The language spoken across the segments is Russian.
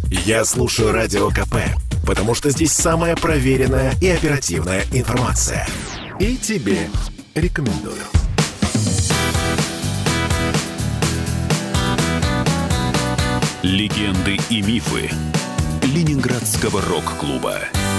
Я слушаю Радио КП, потому что здесь самая проверенная и оперативная информация. И тебе рекомендую. Легенды и мифы Ленинградского рок-клуба.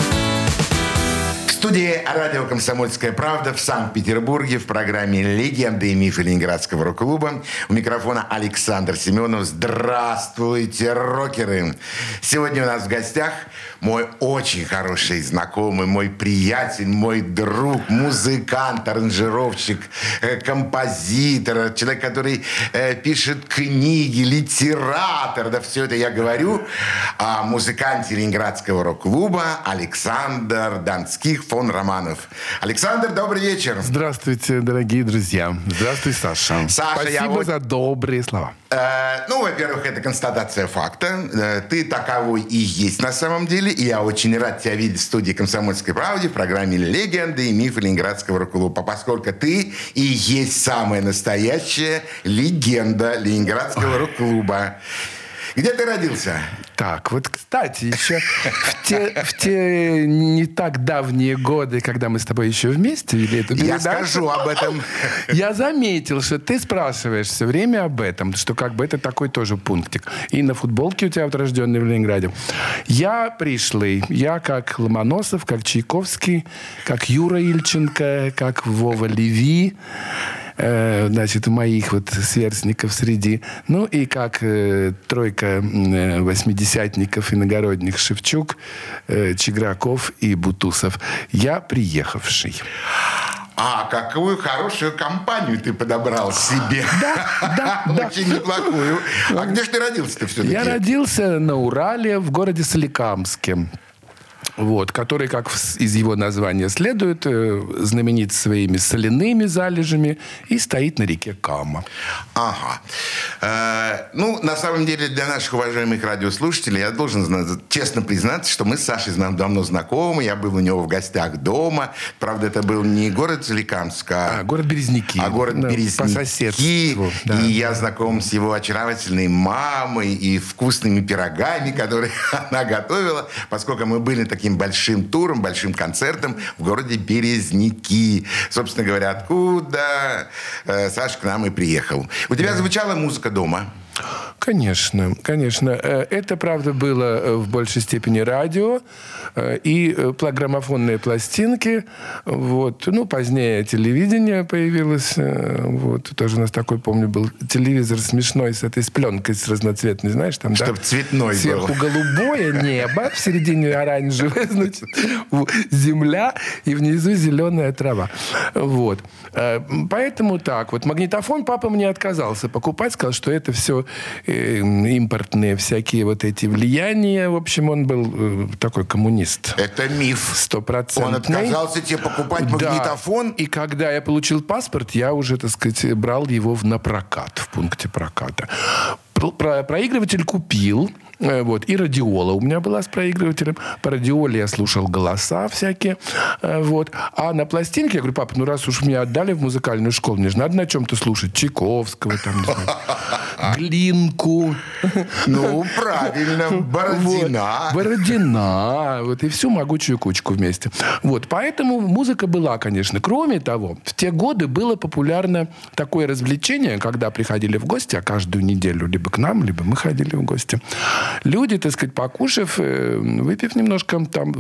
В студии радио «Комсомольская правда» в Санкт-Петербурге в программе «Легенды и мифы Ленинградского рок-клуба». У микрофона Александр Семенов. Здравствуйте, рокеры! Сегодня у нас в гостях мой очень хороший знакомый, мой приятель, мой друг, музыкант, аранжировщик, композитор, человек, который пишет книги, литератор. Да, все это я говорю о музыканте Ленинградского рок-клуба Александр Донских фон Романов. Александр, добрый вечер. Здравствуйте, дорогие друзья. Здравствуй, Саша. Спасибо за добрые слова. Во-первых, это констатация факта. Ты таковой и есть на самом деле. И я очень рад тебя видеть в студии «Комсомольской правды» в программе «Легенды и мифы Ленинградского рок-клуба», поскольку ты и есть самая настоящая легенда Ленинградского рок-клуба. Где ты родился? Так, вот, кстати, еще в те не так давние годы, когда мы с тобой еще вместе вели эту передачу, я скажу об этом. Я заметил, что ты спрашиваешь все время об этом, что как бы это такой тоже пунктик. И на футболке у тебя вот рожденный в Ленинграде. Я пришлый. Я как Ломоносов, как Чайковский, как Юра Ильченко, как Вова Леви. Значит, моих вот сверстников среди. Ну и как тройка восьмидесятников иногородних Шевчук, Чиграков и Бутусов. Я приехавший. Какую хорошую компанию ты подобрал себе. Да. Очень неплохую. А где же ты родился-то все-таки? Я родился на Урале, в городе Соликамске. Вот, который, как из его названия следует, знаменит своими соляными залежами и стоит на реке Кама. Ага. На самом деле, для наших уважаемых радиослушателей я должен честно признаться, что мы с Сашей давно знакомы. Я был у него в гостях дома. Правда, это был не город Соликамск, город Березники. Город Березники. По соседству. Да. И я знаком с его очаровательной мамой и вкусными пирогами, которые она готовила, поскольку мы были таким большим туром, большим концертом в городе Березники. Собственно говоря, откуда Саша к нам и приехал. У тебя звучала музыка дома? Конечно. Это, правда, было в большей степени радио и граммофонные пластинки. Вот. Позднее телевидение появилось. Вот. Тоже у нас такой, помню, был телевизор смешной с этой пленкой с разноцветной, знаешь, там, чтобы цветной сверху был. голубое небо, в середине оранжевое, значит, земля, и внизу зеленая трава. Вот. Поэтому так. Вот магнитофон папа мне отказался покупать, сказал, что это все импортные всякие вот эти влияния. В общем, он был такой коммунист. Это миф. 100%. Он отказался тебе покупать магнитофон? Да. И когда я получил паспорт, я уже, так сказать, брал его на прокат, в пункте проката. Проигрыватель купил. Вот. И радиола у меня была с проигрывателем. По радиоле я слушал голоса всякие. Вот. А на пластинке я говорю: папа, раз уж меня отдали в музыкальную школу, мне же надо на чем-то слушать. Чайковского, там, не знаю, Глинку. Правильно. Бородина. Бородина. Вот. И всю могучую кучку вместе. Вот. Поэтому музыка была, конечно. Кроме того, в те годы было популярно такое развлечение, когда приходили в гости, а каждую неделю либо к нам, либо мы ходили в гости. Люди, так сказать, покушав, выпив немножко, там,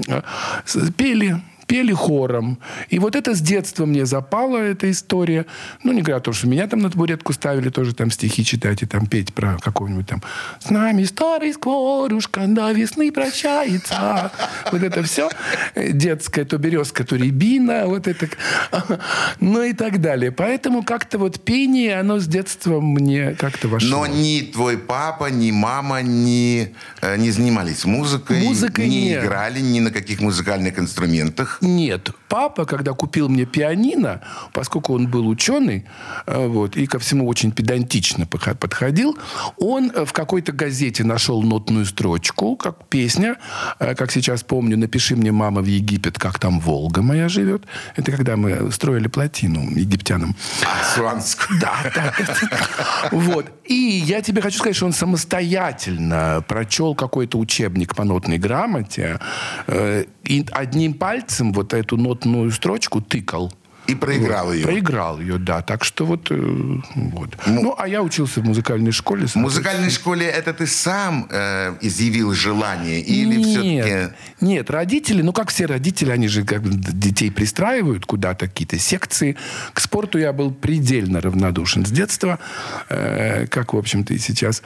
пели хором. И вот это с детства мне запала, эта история. Не говоря о том, что меня там на табуретку ставили тоже там стихи читать и там петь про какого-нибудь там «С нами старый скворушка до весны прощается». Вот это все детское, то березка, то рябина, вот это. И так далее. Поэтому как-то вот пение, оно с детства мне как-то вошло. Но ни твой папа, ни мама не занимались музыкой. Музыкой не нет. играли ни на каких музыкальных инструментах. Нет. папа, когда купил мне пианино, поскольку он был ученый, вот, и ко всему очень педантично подходил, он в какой-то газете нашел нотную строчку, как песня, как сейчас помню, «Напиши мне, мама, в Египет, как там Волга моя живет». Это когда мы строили плотину египтянам. Асуанскую. Да. Вот. И я тебе хочу сказать, что он самостоятельно прочел какой-то учебник по нотной грамоте и одним пальцем вот эту нотную строчку тыкал. И проиграл ее. Проиграл ее, да. Так что вот. Ну, а я учился в музыкальной школе. В музыкальной школе это ты сам изъявил желание? Или все-таки... Нет, родители, ну, как все родители, они же как детей пристраивают куда-то, какие-то секции. К спорту я был предельно равнодушен с детства, как, в общем-то, и сейчас.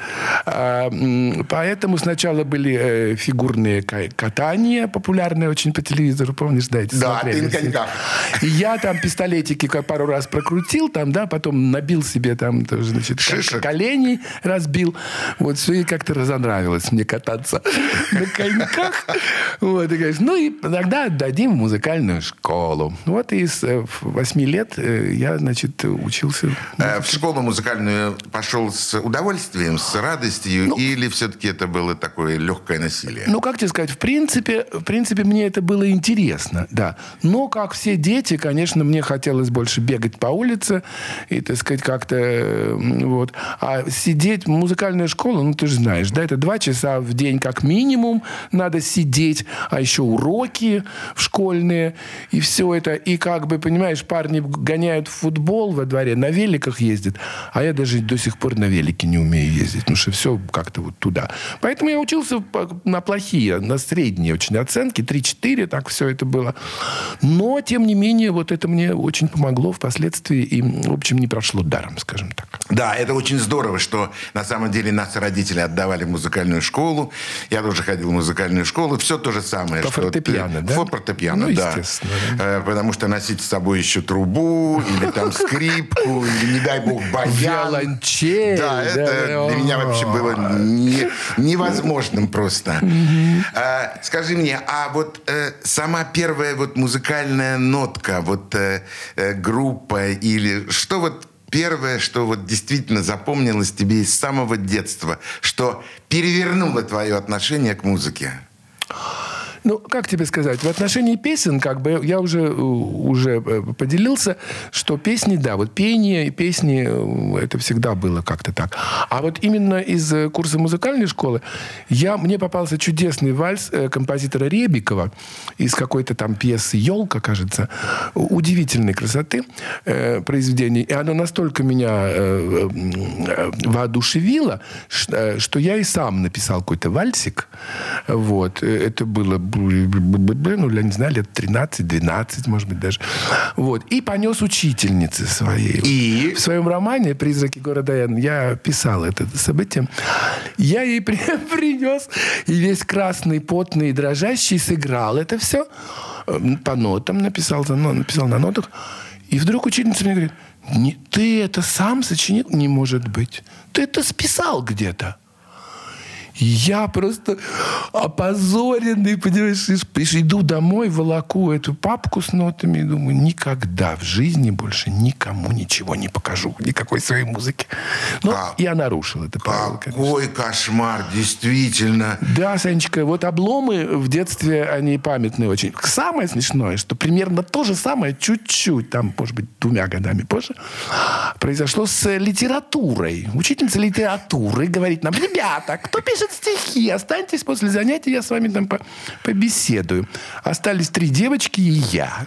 Поэтому сначала были фигурные катания, популярные очень по телевизору, помнишь, да, эти Да, смотрели. ты на коньках. И я там пистолетики пару раз прокрутил, там, да, потом набил себе там, тоже, значит, колени разбил. Вот, все, и как-то разонравилось мне кататься на коньках. Вот, и говоришь, ну, и тогда отдадим в музыкальную школу. Вот, и с 8 лет я, значит, учился. В школу музыкальную пошел с удовольствием, с радостью, или все-таки это было такое легкое насилие? Ну, как тебе сказать, в принципе, мне это было интересно, да. Но, как все дети, конечно, мне хотелось больше бегать по улице и, так сказать, как-то вот. А сидеть в музыкальной школе, ну, ты же знаешь, да, это 2 часа в день как минимум надо сидеть, а еще уроки школьные, и все это. И как бы, понимаешь, парни гоняют в футбол во дворе, на великах ездят, а я даже до сих пор на велике не умею ездить, потому что все как-то вот туда. Поэтому я учился на плохие, на средние очень оценки, 3-4, так все это было. Но, тем не менее, вот это мне очень помогло впоследствии, и, в общем, не прошло даром, скажем так. Да, это очень здорово, что на самом деле нас родители отдавали в музыкальную школу. Я тоже ходил в музыкальную школу. Все то же самое. По фортепиано, да? По фортепиано, ну, да. Естественно. Потому что носить с собой еще трубу, или там скрипку, или, не дай бог, баян. Виолончель. Да, это для меня вообще было невозможным просто. Скажи мне, а вот сама первая вот музыкальная нотка, вот группа или что вот первое, что вот действительно запомнилось тебе из самого детства, что перевернуло твое отношение к музыке? Ну, как тебе сказать, в отношении песен, как бы, я уже поделился, что песни, да, вот пение и песни, это всегда было как-то так. А вот именно из курса музыкальной школы мне попался чудесный вальс композитора Ребикова из какой-то там пьесы «Елка», кажется, удивительной красоты произведение. И оно настолько меня воодушевило, что я и сам написал какой-то вальсик. Вот. Это было, ну, я не знаю, лет 13-12, может быть, даже. Вот. И понес учительнице своей. И? В своем романе «Призраки города Н» я писал это событие. Я ей принес, и весь красный, потный, дрожащий сыграл это все. По нотам написал на нотах. И вдруг учительница мне говорит: ты это сам сочинил? Не может быть. Ты это списал где-то. Я просто опозоренный, понимаешь, иду домой, волоку эту папку с нотами и думаю, никогда в жизни больше никому ничего не покажу, никакой своей музыки. Но я нарушил это правило, конечно. Какой кошмар, действительно. Да, Санечка, вот обломы в детстве, они памятные очень. Самое смешное, что примерно то же самое, чуть-чуть, там, может быть, 2 годами позже, произошло с литературой. Учительница литературы говорит нам: ребята, кто пишет стихи, останьтесь после занятий, я с вами там побеседую. Остались 3 девочки и я.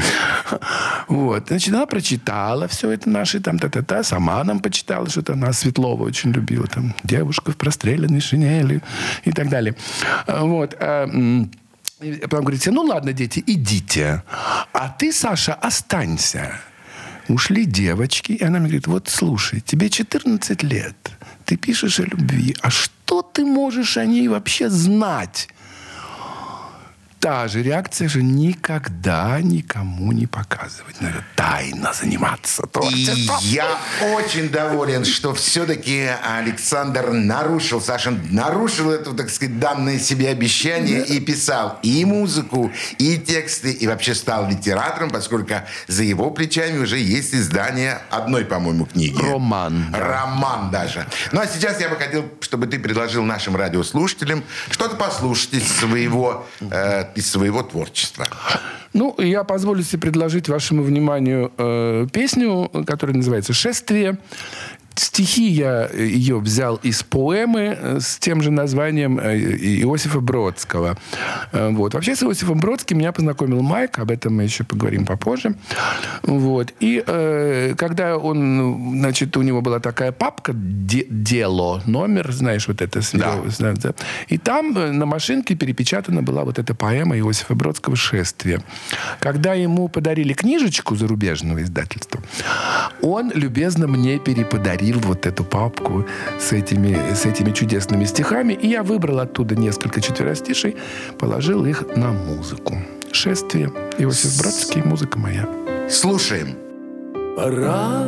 Вот. Значит, она прочитала все это наши, там, сама нам почитала, что-то она Светлова очень любила, там, девушка в простреленной шинели и так далее. Вот. Потом говорит: ну ладно, дети, идите. А ты, Саша, останься. Ушли девочки, и она мне говорит: вот слушай, тебе 14 лет, ты пишешь о любви, а что ты можешь о ней вообще знать? та же реакция же никогда никому не показывать. Надо тайно заниматься творчеством. И я очень доволен, что все-таки Александр Саша нарушил это, так сказать, данное себе обещание и писал и музыку, и тексты, и вообще стал литератором, поскольку за его плечами уже есть издание одной, по-моему, книги. Роман. Да. Роман даже. Ну, а сейчас я бы хотел, чтобы ты предложил нашим радиослушателям что-то послушать из своего творчества. Ну, я позволю себе предложить вашему вниманию песню, которая называется «Шествие». Стихи я ее взял из поэмы с тем же названием Иосифа Бродского. Вот. Вообще с Иосифом Бродским меня познакомил Майк, об этом мы еще поговорим попозже. Вот. И когда он, значит, у него была такая папка «Дело», номер, знаешь, вот это. Да. И там на машинке перепечатана была вот эта поэма Иосифа Бродского «Шествие». Когда ему подарили книжечку зарубежного издательства, он любезно мне переподарил вот эту папку с этими чудесными стихами, и я выбрал оттуда несколько четверостишей, положил их на музыку. «Шествие», Иосиф Бродский, музыка моя. Слушаем. Пора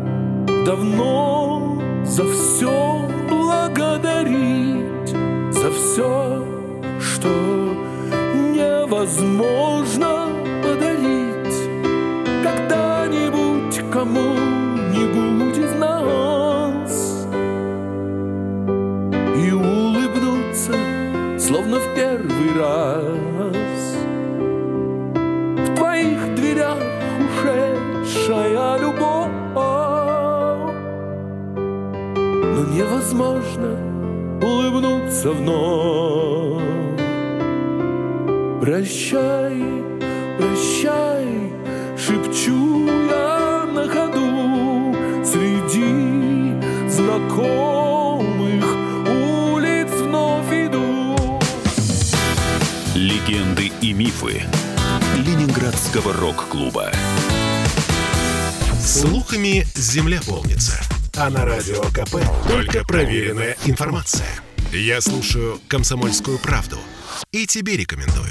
давно за все благодарить, за все, что невозможно подарить когда-нибудь кому-нибудь из нас, и улыбнуться, словно в первый раз. В твоих дверях ушедшая любовь, но невозможно улыбнуться вновь. Прощай, прощай, шепчу я на ходу среди знакомых улиц вновь иду. Легенды и мифы Ленинградского рок-клуба. Слухами земля полнится. А на Радио КП только проверенная информация. Я слушаю «Комсомольскую правду» и тебе рекомендую.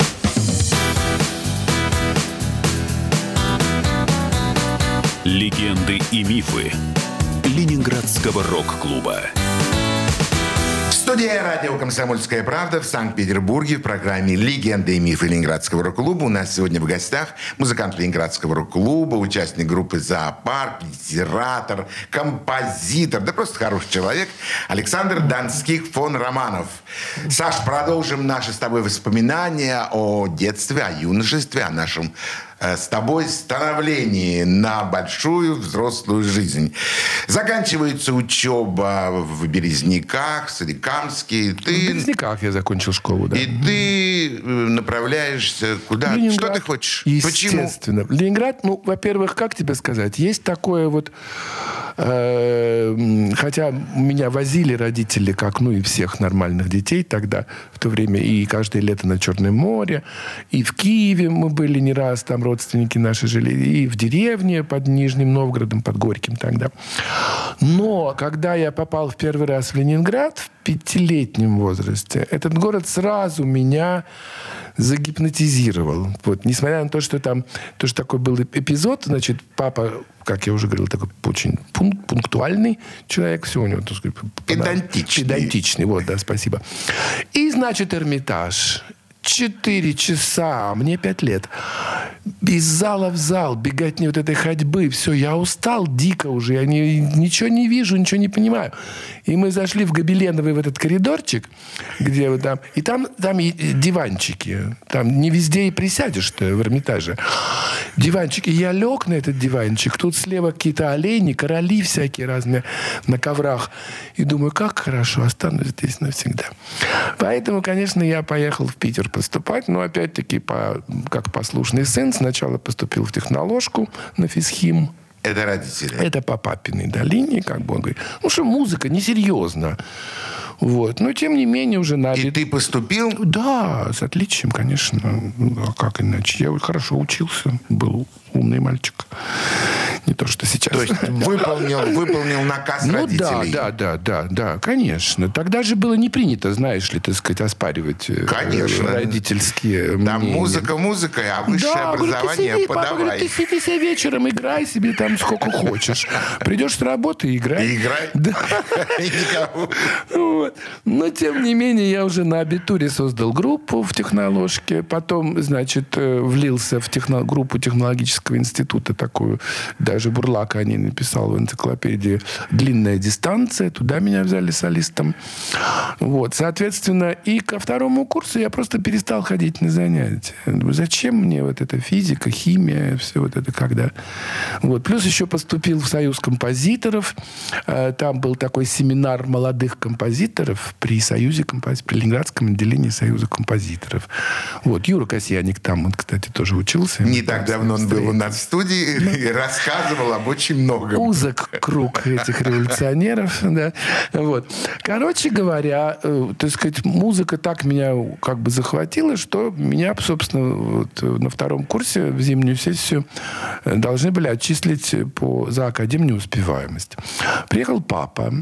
Легенды и мифы Ленинградского рок-клуба. Студия радио «Комсомольская правда» в Санкт-Петербурге в программе «Легенды и мифы Ленинградского рок-клуба». У нас сегодня в гостях музыкант Ленинградского рок-клуба, участник группы «Зоопарк», литератор, композитор, да просто хороший человек Александр Донских фон Романов. Саш, продолжим наши с тобой воспоминания о детстве, о юношестве, о нашем с тобой становлении на большую взрослую жизнь. Заканчивается учеба в Березниках, в Соликамске. В Березниках я закончил школу, да. И ты направляешься куда? Что ты хочешь? Естественно. Почему? Ленинград, ну, во-первых, как тебе сказать, есть такое вот... хотя меня возили родители, как, ну, и всех нормальных детей тогда, в то время, и каждое лето на Черное море, и в Киеве мы были не раз, там родственники наши жили, и в деревне под Нижним Новгородом, под Горьким тогда. Но когда я попал в первый раз в Ленинград в 5-летнем возрасте, этот город сразу меня загипнотизировал. Вот. Несмотря на то, что там тоже такой был эпизод, значит, папа, как я уже говорил, такой очень пунктуальный человек, все у него, так сказать, педантичный, вот, да, спасибо. И, значит, Эрмитаж. 4 часа, мне 5 лет. Из зала в зал, беготни вот этой ходьбы. Все, я устал дико уже. Я ничего не вижу, ничего не понимаю. И мы зашли в Гобеленовый в этот коридорчик, где вот там... И там диванчики. Там не везде и присядешь-то в Эрмитаже. Диванчики. Я лег на этот диванчик. Тут слева какие-то олени, короли всякие разные на коврах. И думаю, как хорошо, останусь здесь навсегда. Поэтому, конечно, я поехал в Питер поступать, но опять-таки как послушный сын сначала поступил в техноложку на физхим. Это родители? Это по папиной, да, линии, как бы он говорит. Ну что, музыка несерьезно. Вот. Но, тем не менее, уже на... И ты поступил? Да, с отличием, конечно. А как иначе? Я хорошо учился, был умный мальчик. Не то, что сейчас. То есть выполнил наказ родителей. Да, конечно. Тогда же было не принято, знаешь ли, так сказать, оспаривать родительские мнения. Да, музыка, а высшее образование папа говорит, ты сиди себе вечером, играй себе там сколько хочешь. Придешь с работы и играй. И играй? Да. Вот. Но, тем не менее, я уже на абитуре создал группу в Техноложке. Потом, значит, влился в группу технологического института такую. Даже Бурлака о ней написал в энциклопедии «Длинная дистанция». Туда меня взяли солистом. Вот. Соответственно, и ко второму курсу я просто перестал ходить на занятия. Зачем мне вот эта физика, химия, все вот это когда? Вот. Плюс еще поступил в Союз композиторов. Там был такой семинар молодых композиторов при Союзе композиторов, при Ленинградском отделении Союза композиторов. Вот. Юра Касьяник там, он, кстати, тоже учился. Не так давно он был у нас в студии и рассказывал об очень многом. Узок круг этих революционеров. Да. Вот. Короче говоря, так сказать, музыка так меня как бы захватила, что меня, собственно, вот на втором курсе в зимнюю сессию должны были отчислить за академ неуспеваемость. Приехал папа.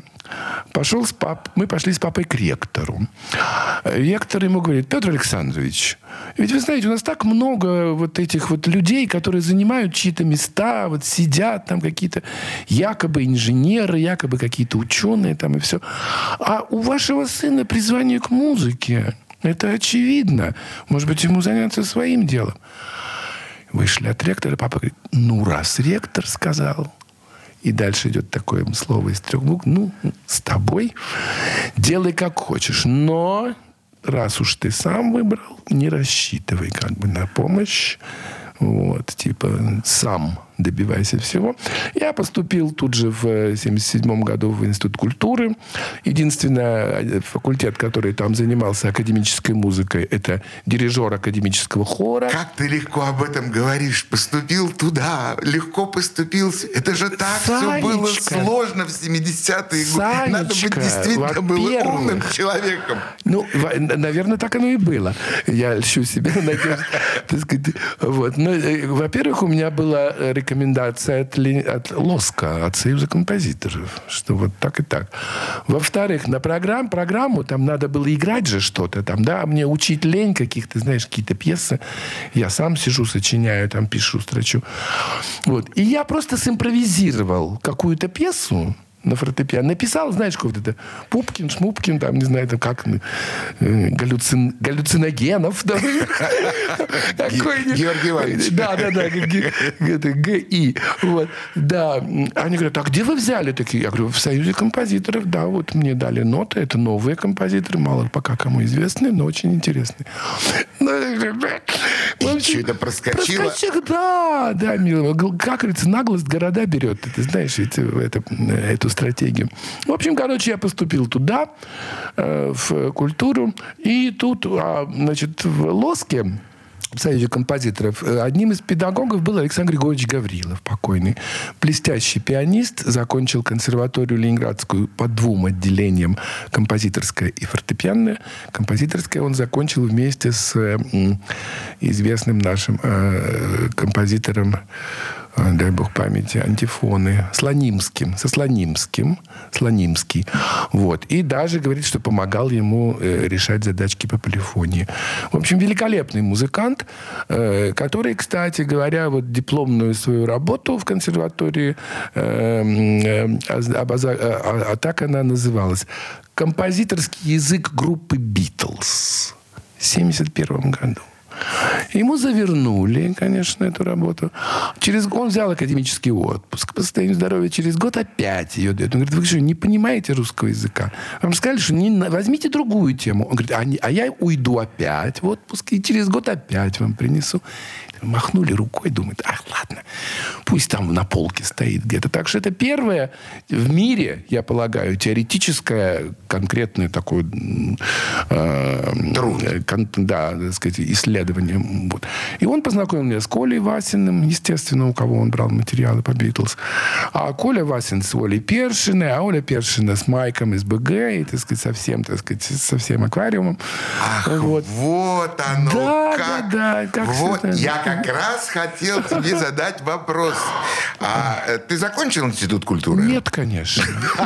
Мы пошли с папой к ректору. Ректор ему говорит: Петр Александрович, ведь вы знаете, у нас так много вот этих вот людей, которые занимают чьи-то места, вот сидят там какие-то якобы инженеры, якобы какие-то ученые там и все. А у вашего сына призвание к музыке. Это очевидно. Может быть, ему заняться своим делом. Вышли от ректора. Папа говорит: ну, раз ректор сказал... И дальше идет такое слово из 3 букв. Ну, с тобой. Делай как хочешь. Но раз уж ты сам выбрал, не рассчитывай как бы на помощь. Вот, типа, сам добивайся всего. Я поступил тут же в 1977 году в Институт культуры. Единственный факультет, который там занимался академической музыкой, это дирижер академического хора. Как ты легко об этом говоришь. Поступил туда, легко поступил. Это же так все было сложно в 70-е годы. Надо быть действительно было умным человеком. Ну, наверное, так оно и было. Я льщу себе надежду. Вот. Но, во-первых, у меня была рекомендация от ЛОСКа, от Союза композиторов, что вот так и так. Во-вторых, на программу там надо было играть же что-то там, да, мне учить лень каких-то, знаешь, какие-то пьесы. Я сам сижу, сочиняю, там пишу, строчу. Вот. И я просто симпровизировал какую-то пьесу на фортепиано. Написал, знаешь, какой-то Пупкин, Шмупкин, там, не знаю, там как галлюциногенов. Георгий Иванович. Да. ГИ. Да. Они говорят: а где вы взяли такие? Я говорю: в Союзе композиторов. Да, вот мне дали ноты. Это новые композиторы. Мало пока кому известные, но очень интересные. И что-то проскочило? Да, милый. Как говорится, наглость города берет. Ты знаешь, эту стратегию. В общем, короче, я поступил туда, в культуру. И тут, значит, в ЛОСКе, в Союзе композиторов, одним из педагогов был Александр Григорьевич Гаврилов, покойный. Блестящий пианист, закончил консерваторию ленинградскую по 2 отделениям, композиторское и фортепианное. Композиторское он закончил вместе с известным нашим композитором, дай бог памяти, антифоны, Слонимский. Вот. И даже говорит, что помогал ему решать задачки по полифонии. В общем, великолепный музыкант, который, кстати говоря, вот дипломную свою работу в консерватории, так она называлась, «Композиторский язык группы «Битлз» в 1971 году. Ему завернули, конечно, эту работу. Он взял академический отпуск по состоянию здоровья. Через год опять ее дают. Он говорит: вы что, не понимаете русского языка? Вам сказали, что возьмите другую тему. Он говорит: а я уйду опять в отпуск, и через год опять вам принесу. Махнули рукой, думают: ладно, пусть там на полке стоит где-то. Так что это первое в мире, я полагаю, теоретическое, конкретное такое так сказать, исследования. Вот. И он познакомил меня с Колей Васиным, естественно, у кого он брал материалы по Битлз. А Коля Васин с Олей Першиной, а Оля Першина с Майком из БГ, и, так сказать, со всем аквариумом. Ах, вот оно как. Да. Вот, я как раз хотел тебе задать вопрос. А ты закончил институт культуры? Нет, конечно.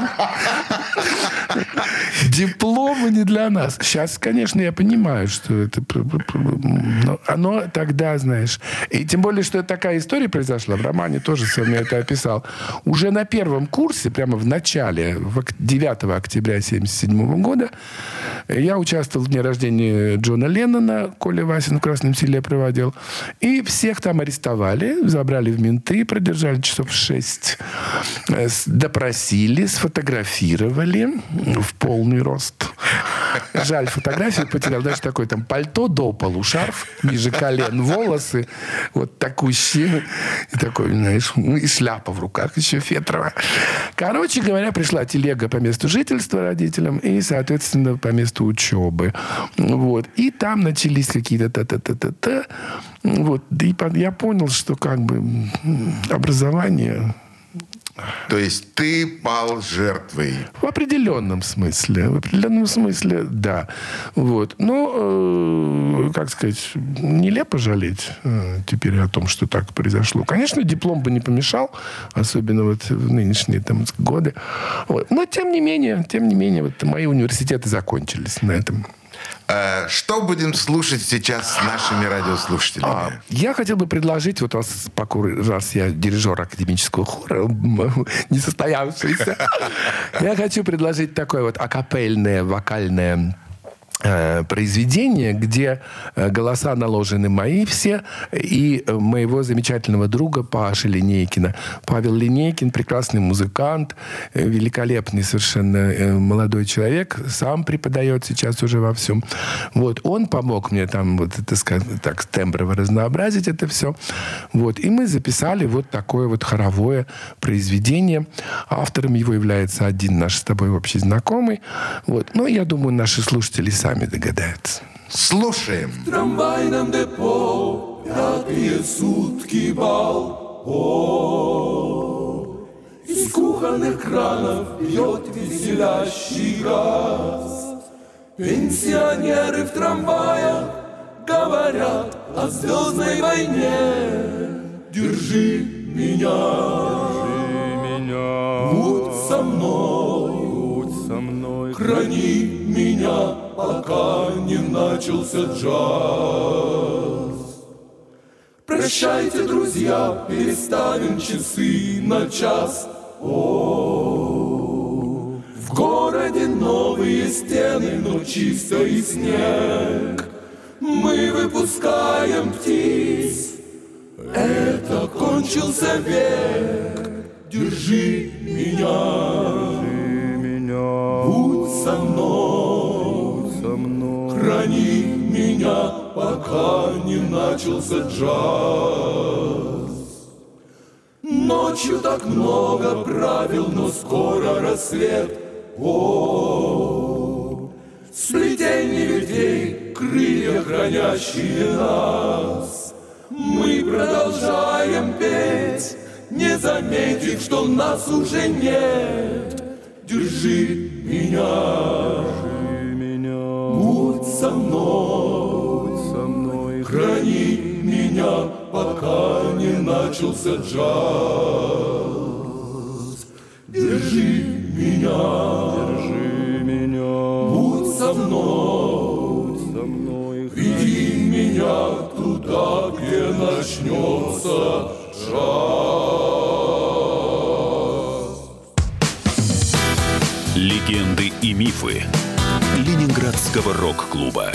Дипломы не для нас. Сейчас, конечно, я понимаю, что это... Но оно тогда, знаешь... И тем более, что такая история произошла. В романе тоже сам я это описал. Уже на первом курсе, прямо в начале, 9 октября 1977 года, я участвовал в дне рождения Джона Леннона. Коля Васин в Красном Селе проводил. И всех там арестовали, забрали в менты, продержали часов 6. Допросили, сфотографировали в полный рост. Жаль, фотографию потерял. Даже такой там пальто до полу, шарф ниже колен, волосы вот такущие. И такой, знаешь, и шляпа в руках еще фетровая. Короче говоря, пришла телега по месту жительства родителям и, соответственно, по месту учебы. Вот. И там начались какие-то та-та-та-та-та. Вот. И я понял, что как бы образование... То есть ты пал жертвой? В определенном смысле. В определенном смысле, да. Вот. Но, как сказать, нелепо жалеть теперь о том, что так произошло. Конечно, диплом бы не помешал, особенно вот в нынешние там годы. Вот. Но, тем не менее, вот мои университеты закончились на этом. Что будем слушать сейчас с нашими радиослушателями? Я хотел бы предложить, вот раз я дирижер академического хора, не состоявшийся, я хочу предложить такое вот акапельное, вокальное произведение, где голоса наложены мои все и моего замечательного друга Паши Линейкина. Павел Линейкин, прекрасный музыкант, великолепный совершенно молодой человек, сам преподает сейчас уже во всем. Вот, он помог мне там вот это, скажем так, темброво разнообразить это все. Вот, и мы записали вот такое вот хоровое произведение. Автором его является один наш с тобой общий знакомый. Вот, но я думаю, наши слушатели сами догадаются. Слушаем. В трамвайном депо пятые сутки бал. Из кухонных кранов бьет веселящий газ. Пенсионеры в трамваях говорят о звездной войне. Держи меня, будь со мной, храни меня, пока не начался джаз. Прощайте, друзья, переставим часы на час. В городе новые стены, но чистый снег. Мы выпускаем птиц. Это кончился век. Держи меня, будь со мной, храни меня, пока не начался джаз. Ночью так много правил, но скоро рассвет. Сплетение ветвей, крылья, хранящие нас. Мы продолжаем петь, не заметив, что нас уже нет. Держи меня, будь со мной, храни меня, пока не начался джаз. Держи меня, будь со мной, веди меня туда, где начнется джаз. Легенды и мифы Ленинградского рок-клуба.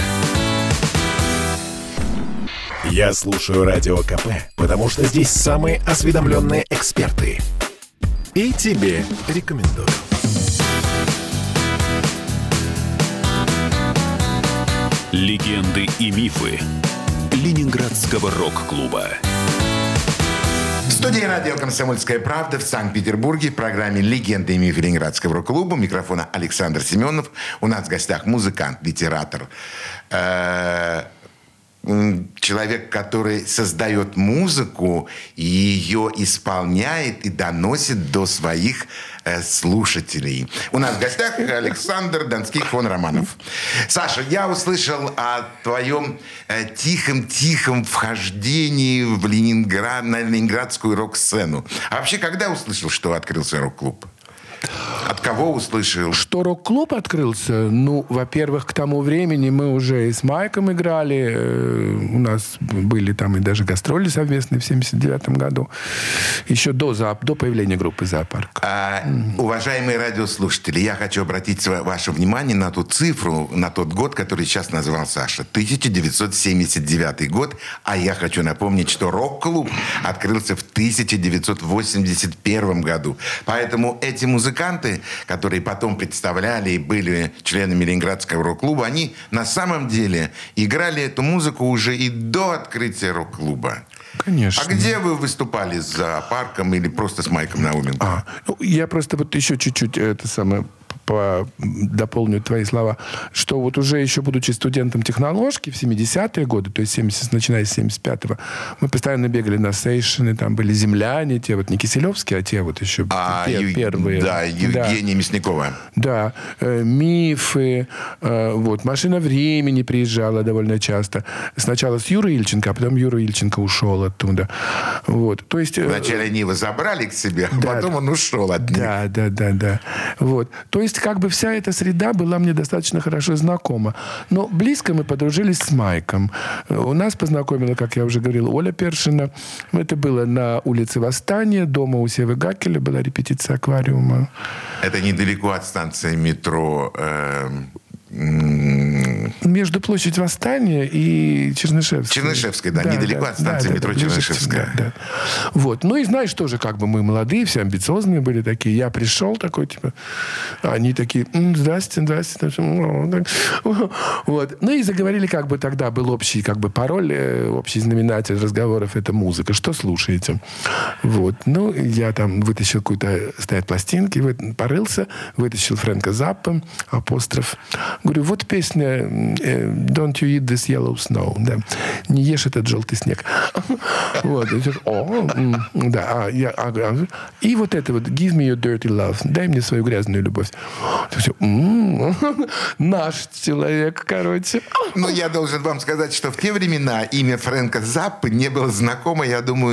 Я слушаю Радио КП, потому что здесь самые осведомленные эксперты. И тебе рекомендую. Легенды и мифы Ленинградского рок-клуба. В студии радио «Комсомольская правда» в Санкт-Петербурге в программе «Легенды и мифы Ленинградского рок-клуба». У микрофона Александр Семенов. У нас в гостях музыкант, литератор, человек, который создает музыку, ее исполняет и доносит до своих слушателей. У нас в гостях Александр Донских фон Романов. Саша, я услышал о твоем тихом вхождении в Ленинград, на ленинградскую рок-сцену. А вообще, когда услышал, что открылся рок-клуб? От кого услышал? Что рок-клуб открылся? Ну, во-первых, к тому времени мы уже и с Майком играли. У нас были там и даже гастроли совместные в 79 году. Еще до появления группы «Зоопарк». Уважаемые радиослушатели, я хочу обратить ваше внимание на ту цифру, на тот год, который сейчас назвал Саша. 1979 год. А я хочу напомнить, что рок-клуб открылся в 1981 году. Поэтому эти музыканты, которые потом представляли и были членами Ленинградского рок-клуба, они на самом деле играли эту музыку уже и до открытия рок-клуба. Конечно. А где вы выступали? С «Зоопарком» или просто с Майком Науменко? Я просто вот еще чуть-чуть дополню твои слова, что вот уже еще будучи студентом техноложки в 70-е годы, то есть начиная с 75-го, мы постоянно бегали на сейшены, там были земляне, те вот не Киселевские, а те вот еще первые. Да, Евгения Мясникова. Да, мифы, вот, «Машина времени» приезжала довольно часто. Сначала с Юрой Ильченко, а потом Юра Ильченко ушел оттуда. Вот, то есть... Вначале они его забрали к себе, а потом он ушел от них. Да. Вот. То есть, как бы вся эта среда была мне достаточно хорошо знакома. Но близко мы подружились с Майком. У нас познакомила, как я уже говорил, Оля Першина. Это было на улице Восстания, дома у Севы Гакеля была репетиция «Аквариума». Это недалеко от станции метро... Между площадью Восстания и Чернышевской. Чернышевской, да, недалеко от станции метро Чернышевская. Да. Вот. Ну и знаешь, тоже как бы мы молодые, все амбициозные были такие. Я пришел такой, типа, они такие, здрасте. Вот. Ну и заговорили, как бы тогда был общий как бы пароль, общий знаменатель разговоров, это музыка. Что слушаете? Вот. Ну, я там вытащил какую-то, стоят пластинки, порылся, вытащил Фрэнка Заппа, «Апостроф». Говорю, вот песня «Don't you eat this yellow snow». Да. Не ешь этот желтый снег. Вот. Да. И вот это вот «Give me your dirty love». Дай мне свою грязную любовь. Наш человек, короче. Ну, я должен вам сказать, что в те времена имя Фрэнка Заппы не было знакомо, я думаю,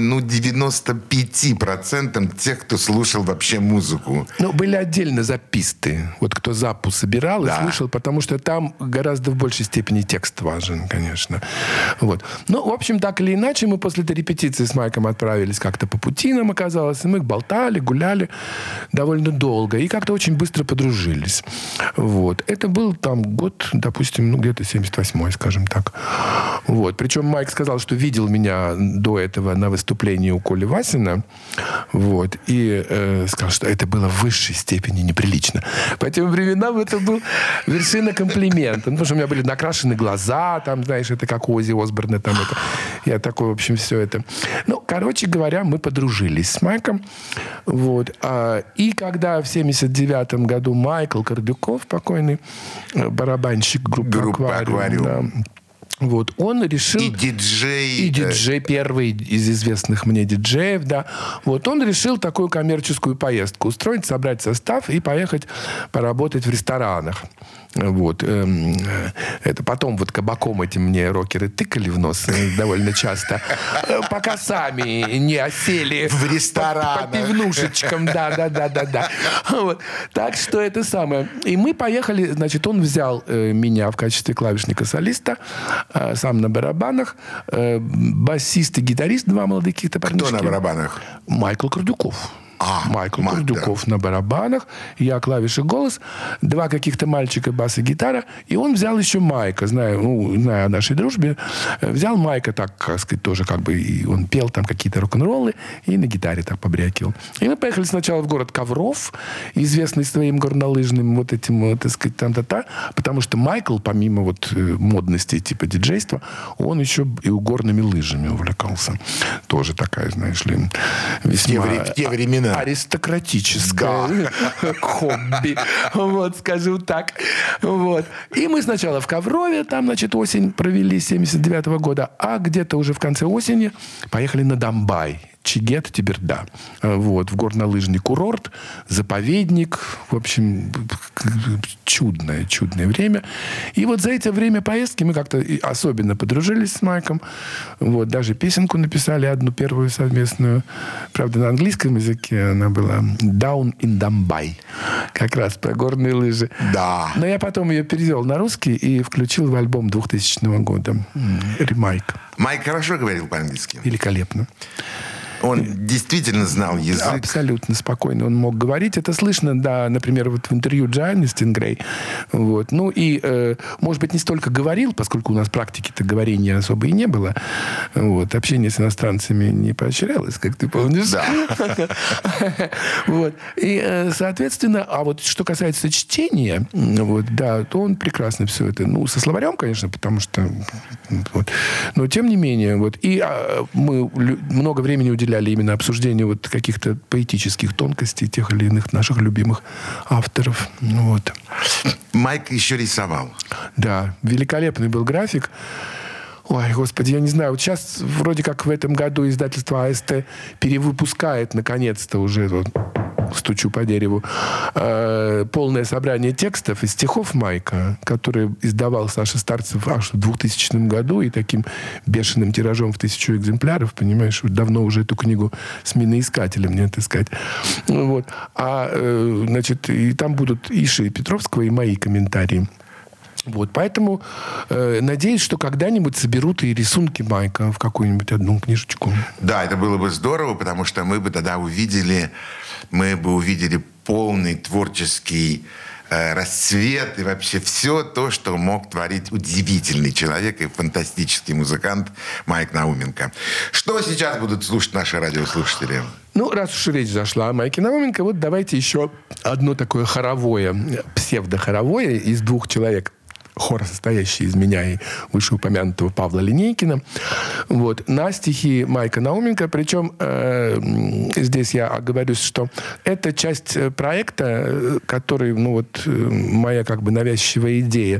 95% тех, кто слушал вообще музыку. Ну, были отдельно записты. Вот кто Заппу собирал и слушал, потому что там гораздо в большей степени текст важен, конечно. Вот. Ну, в общем, так или иначе, мы после этой репетиции с Майком отправились как-то по пути, нам оказалось, и мы болтали, гуляли довольно долго, и как-то очень быстро подружились. Вот. Это был там год, допустим, где-то 78-й, скажем так. Вот. Причем Майк сказал, что видел меня до этого на выступлении у Коли Васина, вот, и сказал, что это было в высшей степени неприлично. По тем временам это был вершина комплимента. Ну, потому что у меня были накрашены глаза, там, знаешь, это как у Оззи Осборна, там это. Я такой, в общем, все это. Ну, короче говоря, мы подружились с Майком. Вот. И когда в 79-м году Майкл Кордюков, покойный барабанщик группы «Аквариум», да, вот, он решил... И диджей, первый из известных мне диджеев, да. Вот, он решил такую коммерческую поездку устроить, собрать состав и поехать поработать в ресторанах. Вот. Это потом вот кабаком этим мне рокеры тыкали в нос довольно часто, пока сами не осели в ресторанах. По пивнушечкам, да. Вот. Так что это самое. И мы поехали, значит, он взял меня в качестве клавишника-солиста, сам на барабанах, басист и гитарист, два молодых каких-то парнишки. Кто на барабанах? Майкл Кордюков. Майкл Курдюков на барабанах, я клавиши, голос, 2 каких-то мальчика, бас и гитара. И он взял еще Майка, зная о нашей дружбе, взял Майка так, как сказать, тоже как бы, и он пел там какие-то рок-н-роллы и на гитаре так побрякивал. И мы поехали сначала в город Ковров, известный своим горнолыжным вот этим, так сказать, там-та-та, потому что Майкл, помимо вот модности типа диджейства, он еще и горными лыжами увлекался. Тоже такая, знаешь ли, весьма... В те времена. Аристократическое хобби. Вот, скажем так. Вот. И мы сначала в Коврове, там, значит, осень провели 79-го года, а где-то уже в конце осени поехали на Домбай. Чигет, Теберда. Вот, в горнолыжный курорт, заповедник. В общем, чудное время. И вот за это время поездки мы как-то особенно подружились с Майком. Вот, даже песенку написали, одну первую совместную. Правда, на английском языке она была «Down in Домбай». Как раз про горные лыжи. Да. Но я потом ее перевел на русский и включил в альбом 2000 года. Ремайк. Майк хорошо говорил по-английски? Великолепно. Он действительно знал язык. Абсолютно спокойно он мог говорить. Это слышно, да, например, вот в интервью Джоанны Стингрей. Вот. Ну и, может быть, не столько говорил, поскольку у нас практики-то говорения особо и не было. Вот. Общение с иностранцами не поощрялось, как ты помнишь. Да. Вот. И, соответственно, а вот что касается чтения, вот, да, то он прекрасно все это, ну, со словарем, конечно, потому что, вот. Но тем не менее, вот, и мы много времени уделяли именно обсуждению вот каких-то поэтических тонкостей тех или иных наших любимых авторов. Вот. Майк еще рисовал. Да, великолепный был график. Ой, господи, я не знаю. Вот сейчас вроде как в этом году издательство АСТ перевыпускает наконец-то уже... Вот, стучу по дереву, полное собрание текстов и стихов Майка, который издавал Саша Старцев аж в 2000 году и таким бешеным тиражом в 1000 экземпляров, понимаешь, давно уже эту книгу с миноискателем не отыскать. Вот. Значит, и там будут Иши Петровского и мои комментарии. Вот, поэтому надеюсь, что когда-нибудь соберут и рисунки Майка в какую-нибудь одну книжечку. Да, это было бы здорово, потому что мы бы тогда увидели полный творческий расцвет и вообще все то, что мог творить удивительный человек и фантастический музыкант Майк Науменко. Что сейчас будут слушать наши радиослушатели? Ну, раз уж речь зашла о Майке Науменко, вот давайте еще одно такое хоровое, псевдохоровое из 2 человек. Хор, состоящий из меня и вышеупомянутого Павла Линейкина, вот, на стихи Майка Науменко. Причем здесь я оговорюсь, что это часть проекта, который, ну вот, моя как бы навязчивая идея.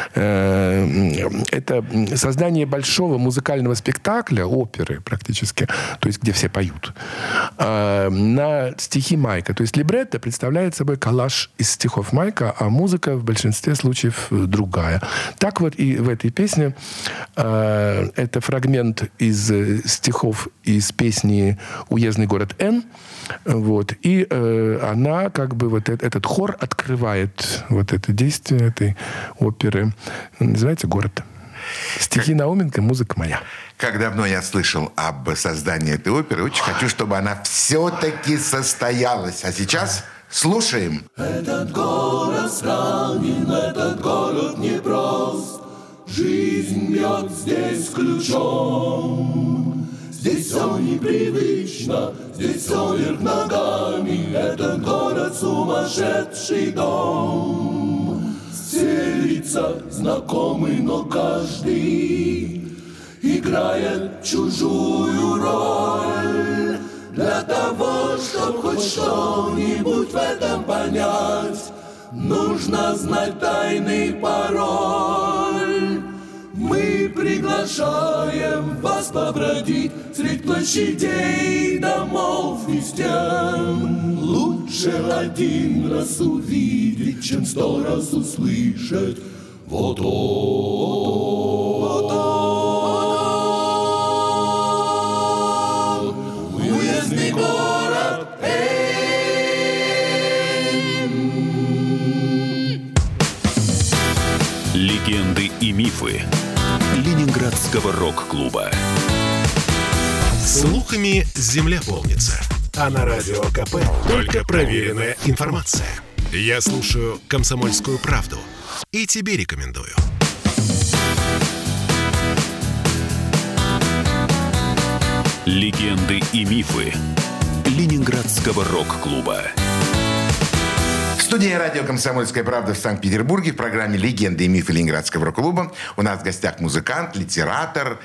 Это создание большого музыкального спектакля, оперы практически, то есть где все поют, на стихи Майка. То есть либретто представляет собой коллаж из стихов Майка, а музыка в большинстве случаев другая. Так вот и в этой песне это фрагмент из стихов из песни «Уездный город Н». Вот, и она как бы вот этот хор открывает вот это действие этой оперы. Называется «Город». Стихи Науменко, музыка моя. Как давно я слышал об создании этой оперы. Очень хочу, чтобы она все-таки состоялась. А сейчас... слушаем. Этот город странен, этот город непрост. Жизнь бьет здесь ключом. Здесь все непривычно, здесь все вверх ногами. Этот город сумасшедший дом. Все лица знакомы, но каждый играет чужую роль. Для того, чтобы хоть что-нибудь в этом понять, нужно знать тайный пароль. Мы приглашаем вас побродить средь площадей, домов и стен. Лучше один раз увидеть, чем 100 раз услышать. Вот он, вот он, уездный город Н. Легенды и мифы Ленинградского рок-клуба. Слухами земля полнится. А на Радио КП только проверенная информация. Я слушаю «Комсомольскую правду» и тебе рекомендую. Легенды и мифы Ленинградского рок-клуба. В студии радио «Комсомольская правда» в Санкт-Петербурге в программе «Легенды и мифы Ленинградского рок-клуба» у нас в гостях музыкант, литератор,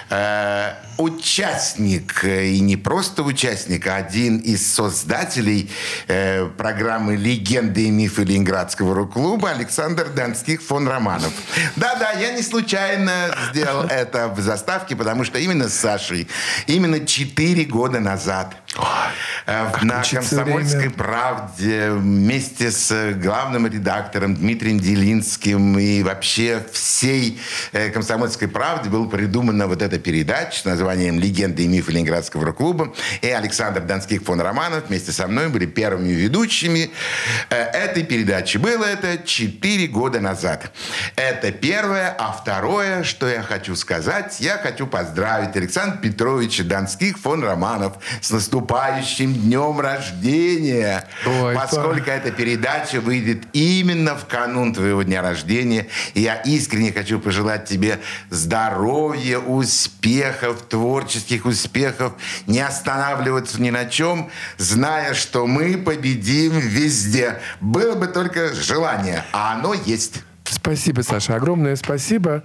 участник, и не просто участник, а один из создателей программы «Легенды и мифы Ленинградского рок-клуба» Александр Донских фон Романов. Да-да, я не случайно сделал это в заставке, потому что именно с Сашей, именно 4 года назад на «Комсомольской правде» вместе с главным редактором Дмитрием Делинским и вообще всей «Комсомольской правде» была придумана вот эта передача с названием «Легенды и мифы Ленинградского рок-клуба». И Александр Донских фон Романов вместе со мной были первыми ведущими этой передачи. Было это 4 года назад. Это первое. А второе, что я хочу сказать, я хочу поздравить Александра Петровича Донских фон Романов с наступающим днем рождения. Ой, поскольку эта передача выйдет именно в канун твоего дня рождения. И я искренне хочу пожелать тебе здоровья, успехов, творческих успехов, не останавливаться ни на чем, зная, что мы победим везде. Было бы только желание, а оно есть. Спасибо, Саша. Огромное спасибо.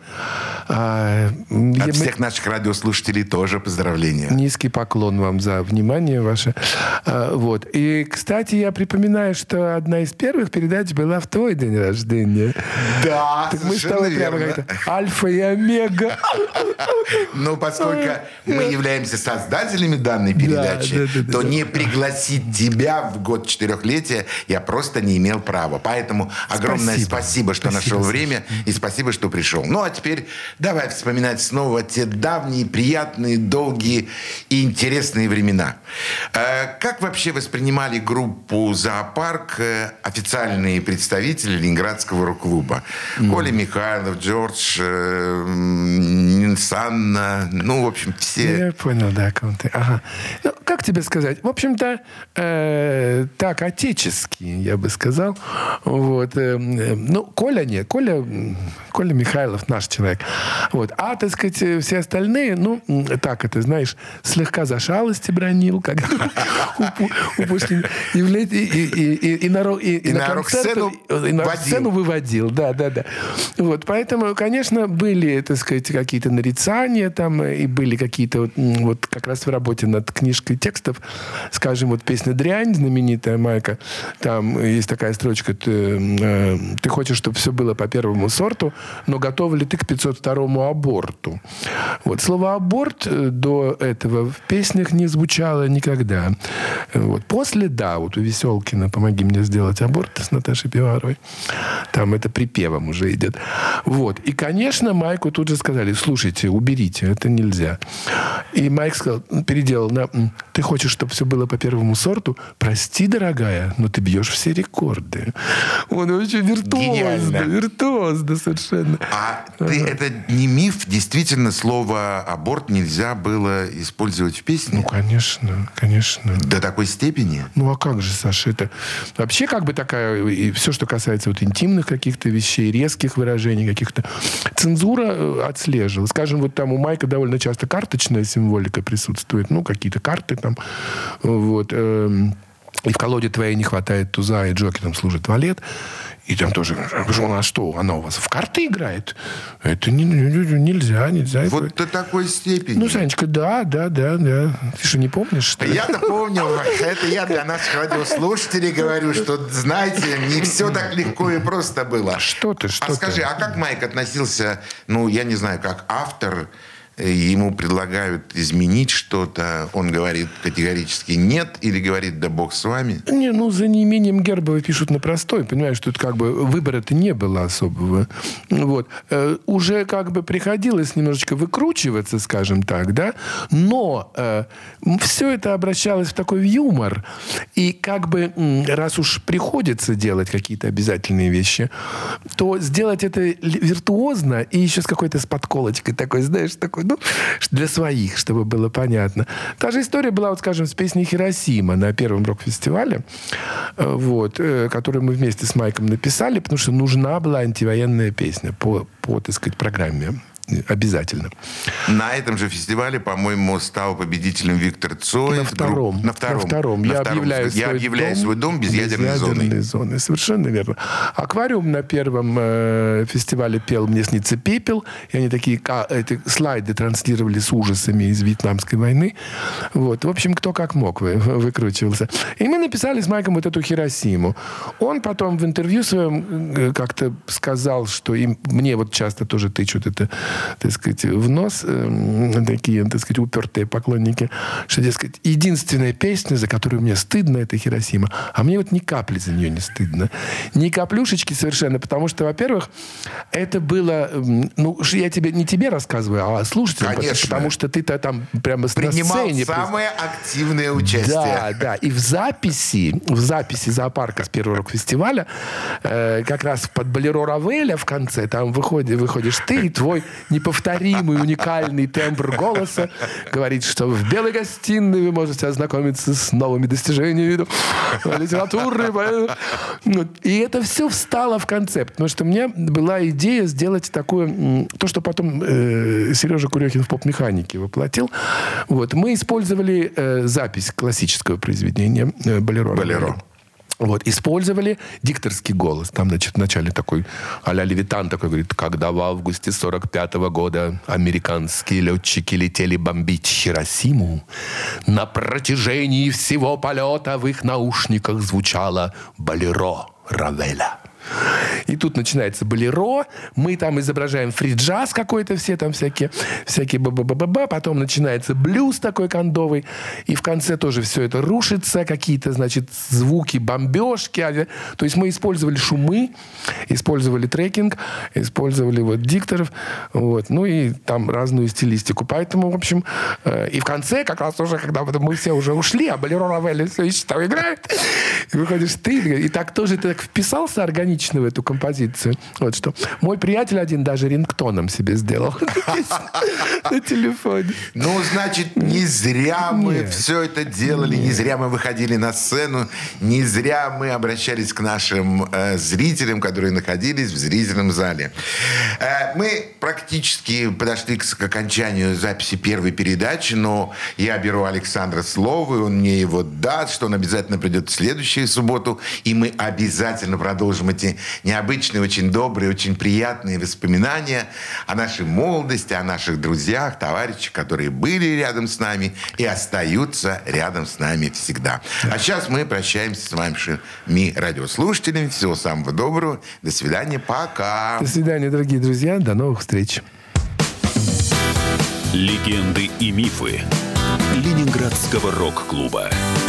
От всех наших радиослушателей тоже поздравления. Низкий поклон вам за внимание ваше. Вот. И, кстати, я припоминаю, что одна из первых передач была в твой день рождения. Да, так мы с тобой прямо как-то альфа и омега. Ну, поскольку мы являемся создателями данной передачи, то не пригласить тебя в год 4-летия я просто не имел права. Поэтому огромное спасибо, что нашел время, и спасибо, что пришел. Ну, а теперь давай вспоминать снова те давние, приятные, долгие и интересные времена. Как вообще воспринимали группу «Зоопарк» официальные представители Ленинградского рок-клуба? Коля Михайлов, Джордж, Санна, ну, в общем, все. Я понял, да, кому ты. Ага. Ну, как тебе сказать? В общем-то, так, отеческие, я бы сказал. Вот. Ну, Коля нет. Коля Михайлов наш человек. Вот. А, так сказать, все остальные, ну, так это, знаешь, слегка за шалости бранил, как и на сцену выводил. Да. Вот. Поэтому, конечно, были, так сказать, какие-то нарицания там, и были какие-то вот как раз в работе над книжкой текстов, скажем, вот песня «Дрянь», знаменитая Майка, там есть такая строчка: ты хочешь, чтобы все было по первому сорту, но готов ли ты к 502-му аборту? Вот. Слово «аборт» до этого в песнях не звучало никогда. Вот. После, да, вот у Веселкина «Помоги мне сделать аборт» с Наташей Пивоваровой. Там это припевом уже идет. Вот. И, конечно, Майку тут же сказали: слушайте, уберите, это нельзя. И Майк сказал, переделал на: ты хочешь, чтобы все было по первому сорту? Прости, дорогая, но ты бьешь все рекорды. Он очень виртуозно совершенно. А это не миф? Действительно, слово «аборт» нельзя было использовать в песне? Ну, конечно. До такой степени? Ну, а как же, Саша, это вообще как бы такая, и все, что касается вот интимных каких-то вещей, резких выражений каких-то, цензура отслеживала. Скажем, вот там у Майка довольно часто карточная символика присутствует, ну, какие-то карты там, вот, и в колоде твоей не хватает туза, и Джокером служит валет. И там тоже, а что, она у вас в карты играет? Это нельзя. Вот до такой степени. Ну, Санечка, да. Ты что, не помнишь, что ли? Я-то помню. Это я для наших радиослушателей говорю, что, знаете, не все так легко и просто было. Что ты? Скажи, а как Майк относился, ну, я не знаю, как автор, ему предлагают изменить что-то, он говорит категорически нет, или говорит: да бог с вами? Не, ну, за неимением Гербова пишут на простой, понимаешь, тут как бы выбора-то не было особого. Вот. Уже как бы приходилось немножечко выкручиваться, скажем так, да, но все это обращалось в такой юмор, и как бы, раз уж приходится делать какие-то обязательные вещи, то сделать это виртуозно и еще с какой-то подколочкой такой, знаешь, такой, был, для своих, чтобы было понятно. Та же история была, вот, скажем, с песней «Хиросима» на первом рок-фестивале, вот, которую мы вместе с Майком написали, потому что нужна была антивоенная песня по так сказать, программе. Обязательно. На этом же фестивале, по-моему, стал победителем Виктор Цой. На втором. Я объявляю свой дом без ядерной зоны. Совершенно верно. «Аквариум» на первом фестивале пел «Мне снится пепел». И они такие эти слайды транслировали с ужасами из Вьетнамской войны. Вот. В общем, кто как мог выкручивался. И мы написали с Майком вот эту «Хиросиму». Он потом в интервью своем как-то сказал, что мне вот часто тоже тычут это, так сказать, в нос такие, так сказать, упертые поклонники, что, дескать, единственная песня, за которую мне стыдно, это «Хиросима». А мне вот ни капли за нее не стыдно. Ни каплюшечки совершенно, потому что, во-первых, это было... Ну, я не тебе рассказываю, а слушателям. Конечно. Потому что ты-то там прямо на сцене... Принимал самое активное участие. Да. И в записи зоопарка с первого рок-фестиваля как раз под «Болеро» Равеля в конце там выходишь ты и твой неповторимый, уникальный тембр голоса говорит, что в белой гостиной вы можете ознакомиться с новыми достижениями литературы. И это все встало в концепт. Потому что у меня была идея сделать такое... То, что потом Сережа Курехин в «Поп-механике» воплотил. Вот. Мы использовали запись классического произведения «Болеро». Вот, использовали дикторский голос. Там, значит, в начале такой а-ля Левитан такой говорит: когда в августе 45-го года американские летчики летели бомбить Хиросиму, на протяжении всего полета в их наушниках звучало «Болеро» Равеля. И тут начинается «Болеро», мы там изображаем фри-джаз какой-то, все там всякие ба-ба-ба-ба-ба, потом начинается блюз такой кондовый, и в конце тоже все это рушится, какие-то, значит, звуки, бомбежки. То есть мы использовали шумы, использовали трекинг, использовали вот дикторов, вот, ну и там разную стилистику. Поэтому, в общем, и в конце, как раз уже, когда мы все уже ушли, а «Болеро» Равеля все еще там играет, и выходишь ты, и так тоже ты так вписался органично в эту композицию. Вот что. Мой приятель один даже рингтоном себе сделал на телефоне. Ну, значит, не зря мы все это делали, не зря мы выходили на сцену, не зря мы обращались к нашим зрителям, которые находились в зрительном зале. Мы практически подошли к окончанию записи первой передачи, но я беру Александра слово, и он мне его даст, что он обязательно придет в следующую субботу, и мы обязательно продолжим эти необычные, очень добрые, очень приятные воспоминания о нашей молодости, о наших друзьях, товарищах, которые были рядом с нами и остаются рядом с нами всегда. А сейчас мы прощаемся с вашими радиослушателями. Всего самого доброго. До свидания. Пока. До свидания, дорогие друзья. До новых встреч. Легенды и мифы Ленинградского рок-клуба.